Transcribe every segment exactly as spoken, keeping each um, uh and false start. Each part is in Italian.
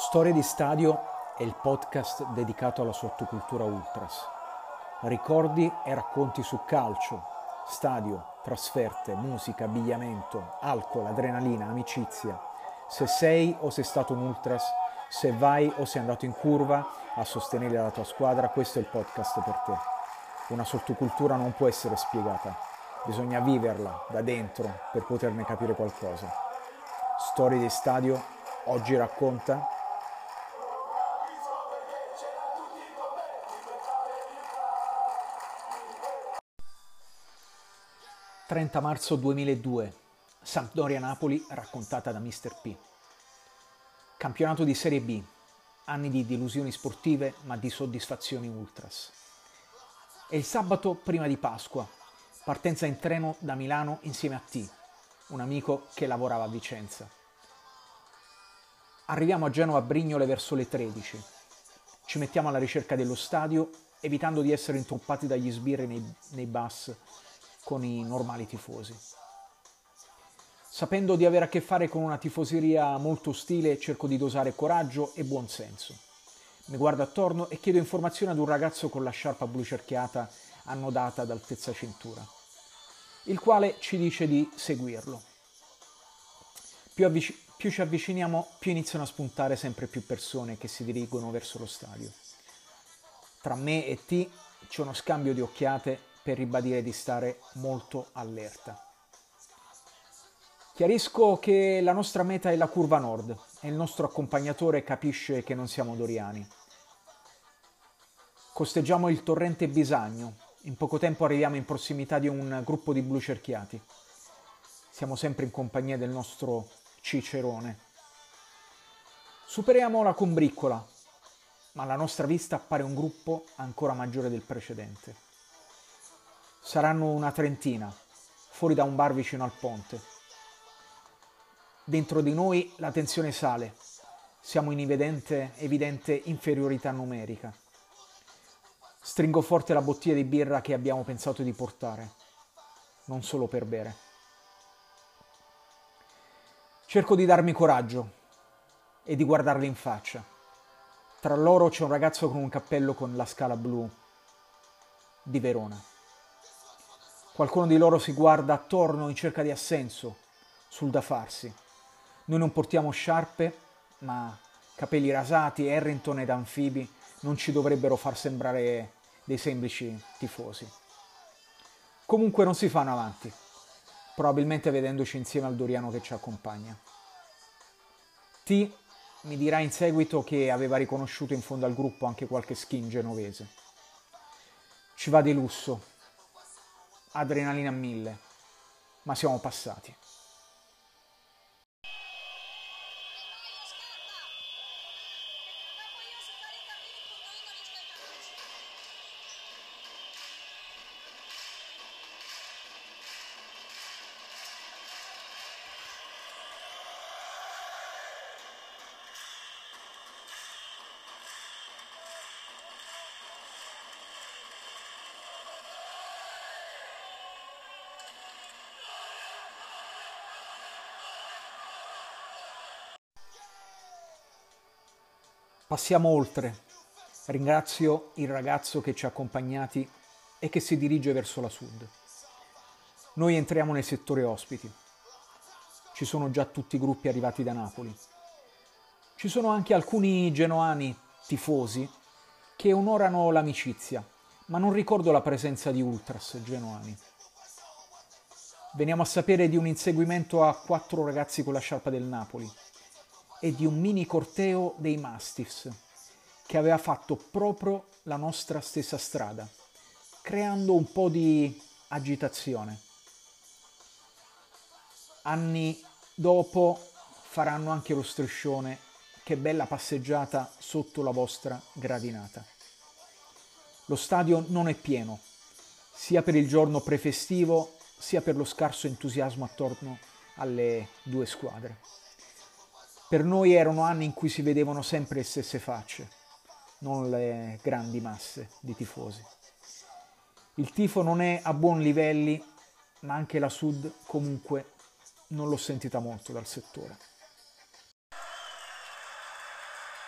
Storie di Stadio è il podcast dedicato alla sottocultura ultras. Ricordi e racconti su calcio, stadio, trasferte, musica, abbigliamento, alcol, adrenalina, amicizia. Se sei o sei stato un ultras, se vai o sei andato in curva a sostenere la tua squadra, questo è il podcast per te. Una sottocultura non può essere spiegata, bisogna viverla da dentro per poterne capire qualcosa. Storie di Stadio oggi racconta trenta marzo duemiladue, Sampdoria-Napoli raccontata da mister P. Campionato di Serie B, anni di delusioni sportive ma di soddisfazioni ultras. È il sabato prima di Pasqua, partenza in treno da Milano insieme a T, un amico che lavorava a Vicenza. Arriviamo a Genova Brignole verso le tredici. Ci mettiamo alla ricerca dello stadio, evitando di essere intruppati dagli sbirri nei, nei bus con i normali tifosi. Sapendo di avere a che fare con una tifoseria molto ostile, cerco di dosare coraggio e buonsenso. Mi guardo attorno e chiedo informazioni ad un ragazzo con la sciarpa blu cerchiata annodata ad altezza cintura, il quale ci dice di seguirlo. Più, avvic- più ci avviciniamo, più iniziano a spuntare sempre più persone che si dirigono verso lo stadio. Tra me e T c'è uno scambio di occhiate per ribadire di stare molto allerta. Chiarisco che la nostra meta è la curva nord e il nostro accompagnatore capisce che non siamo doriani. Costeggiamo il torrente Bisagno, in poco tempo arriviamo in prossimità di un gruppo di blu cerchiati. Siamo sempre in compagnia del nostro Cicerone. Superiamo la combriccola, ma alla nostra vista appare un gruppo ancora maggiore del precedente. Saranno una trentina, fuori da un bar vicino al ponte. Dentro di noi la tensione sale, siamo in evidente, evidente inferiorità numerica. Stringo forte la bottiglia di birra che abbiamo pensato di portare, non solo per bere. Cerco di darmi coraggio e di guardarli in faccia. Tra loro c'è un ragazzo con un cappello con la scala blu di Verona. Qualcuno di loro si guarda attorno in cerca di assenso sul da farsi. Noi non portiamo sciarpe, ma capelli rasati, Harrington ed anfibi non ci dovrebbero far sembrare dei semplici tifosi. Comunque non si fanno avanti, probabilmente vedendoci insieme al doriano che ci accompagna. T mi dirà in seguito che aveva riconosciuto in fondo al gruppo anche qualche skin genovese. Ci va di lusso. Adrenalina a mille, ma siamo passati. Passiamo oltre. Ringrazio il ragazzo che ci ha accompagnati e che si dirige verso la sud. Noi entriamo nel settore ospiti. Ci sono già tutti i gruppi arrivati da Napoli. Ci sono anche alcuni genoani tifosi che onorano l'amicizia, ma non ricordo la presenza di ultras genoani. Veniamo a sapere di un inseguimento a quattro ragazzi con la sciarpa del Napoli e di un mini corteo dei Mastiffs che aveva fatto proprio la nostra stessa strada, creando un po' di agitazione. Anni dopo faranno anche lo striscione "Che bella passeggiata sotto la vostra gradinata". Lo stadio non è pieno, sia per il giorno prefestivo sia per lo scarso entusiasmo attorno alle due squadre. Per noi erano anni in cui si vedevano sempre le stesse facce, non le grandi masse di tifosi. Il tifo non è a buoni livelli, ma anche la Sud comunque non l'ho sentita molto dal settore.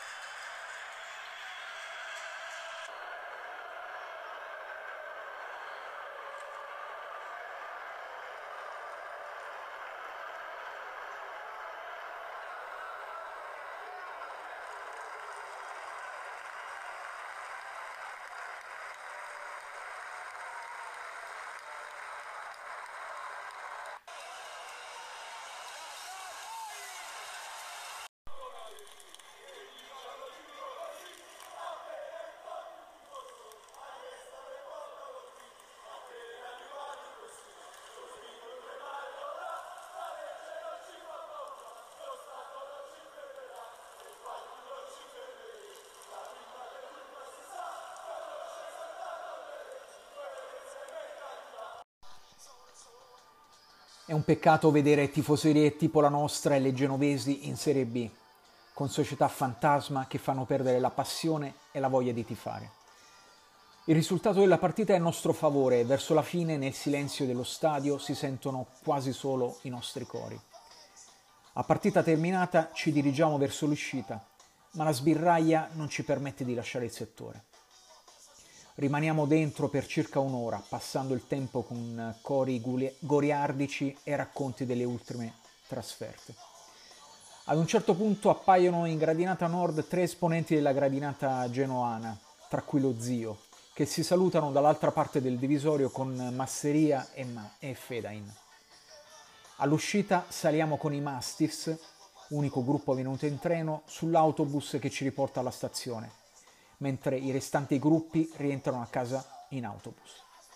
È un peccato vedere tifoserie tipo la nostra e le genovesi in Serie B, con società fantasma che fanno perdere la passione e la voglia di tifare. Il risultato della partita è a nostro favore e verso la fine, nel silenzio dello stadio, si sentono quasi solo i nostri cori. A partita terminata ci dirigiamo verso l'uscita, ma la sbirraglia non ci permette di lasciare il settore. Rimaniamo dentro per circa un'ora, passando il tempo con cori goliardici e racconti delle ultime trasferte. Ad un certo punto appaiono in gradinata nord tre esponenti della gradinata genoana, tra cui lo zio, che si salutano dall'altra parte del divisorio con masseria e, ma- e fedain. All'uscita saliamo con i Mastiffs, unico gruppo venuto in treno, sull'autobus che ci riporta alla stazione, mentre i restanti gruppi rientrano a casa in autobus.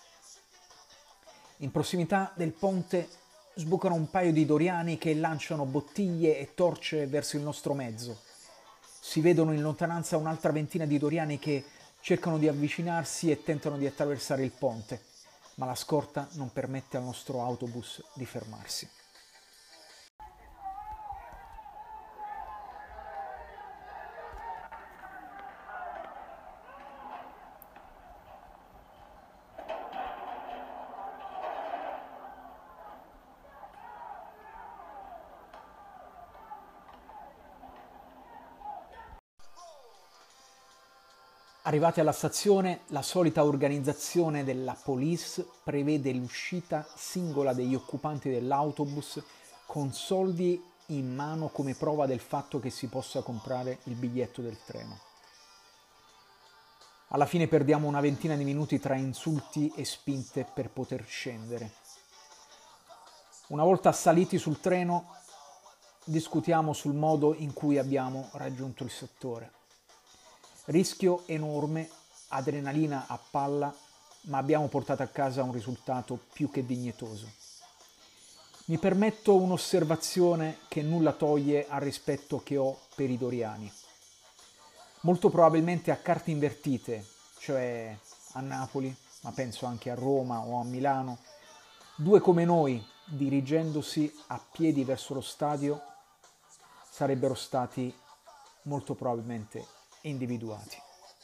In prossimità del ponte sbucano un paio di doriani che lanciano bottiglie e torce verso il nostro mezzo. Si vedono in lontananza un'altra ventina di doriani che cercano di avvicinarsi e tentano di attraversare il ponte, ma la scorta non permette al nostro autobus di fermarsi. Arrivati alla stazione, la solita organizzazione della police prevede l'uscita singola degli occupanti dell'autobus con soldi in mano come prova del fatto che si possa comprare il biglietto del treno. Alla fine perdiamo una ventina di minuti tra insulti e spinte per poter scendere. Una volta saliti sul treno, discutiamo sul modo in cui abbiamo raggiunto il settore. Rischio enorme, adrenalina a palla, ma abbiamo portato a casa un risultato più che dignitoso. Mi permetto un'osservazione che nulla toglie al rispetto che ho per i doriani. Molto probabilmente a carte invertite, cioè a Napoli, ma penso anche a Roma o a Milano, due come noi, dirigendosi a piedi verso lo stadio, sarebbero stati molto probabilmente individuati.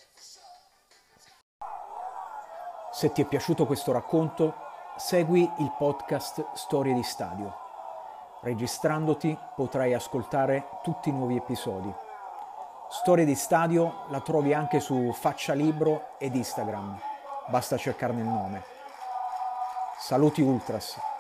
Se ti è piaciuto questo racconto, segui il podcast Storie di Stadio. Registrandoti potrai ascoltare tutti i nuovi episodi. Storie di Stadio la trovi anche su Faccia Libro ed Instagram, basta cercarne il nome. Saluti Ultras!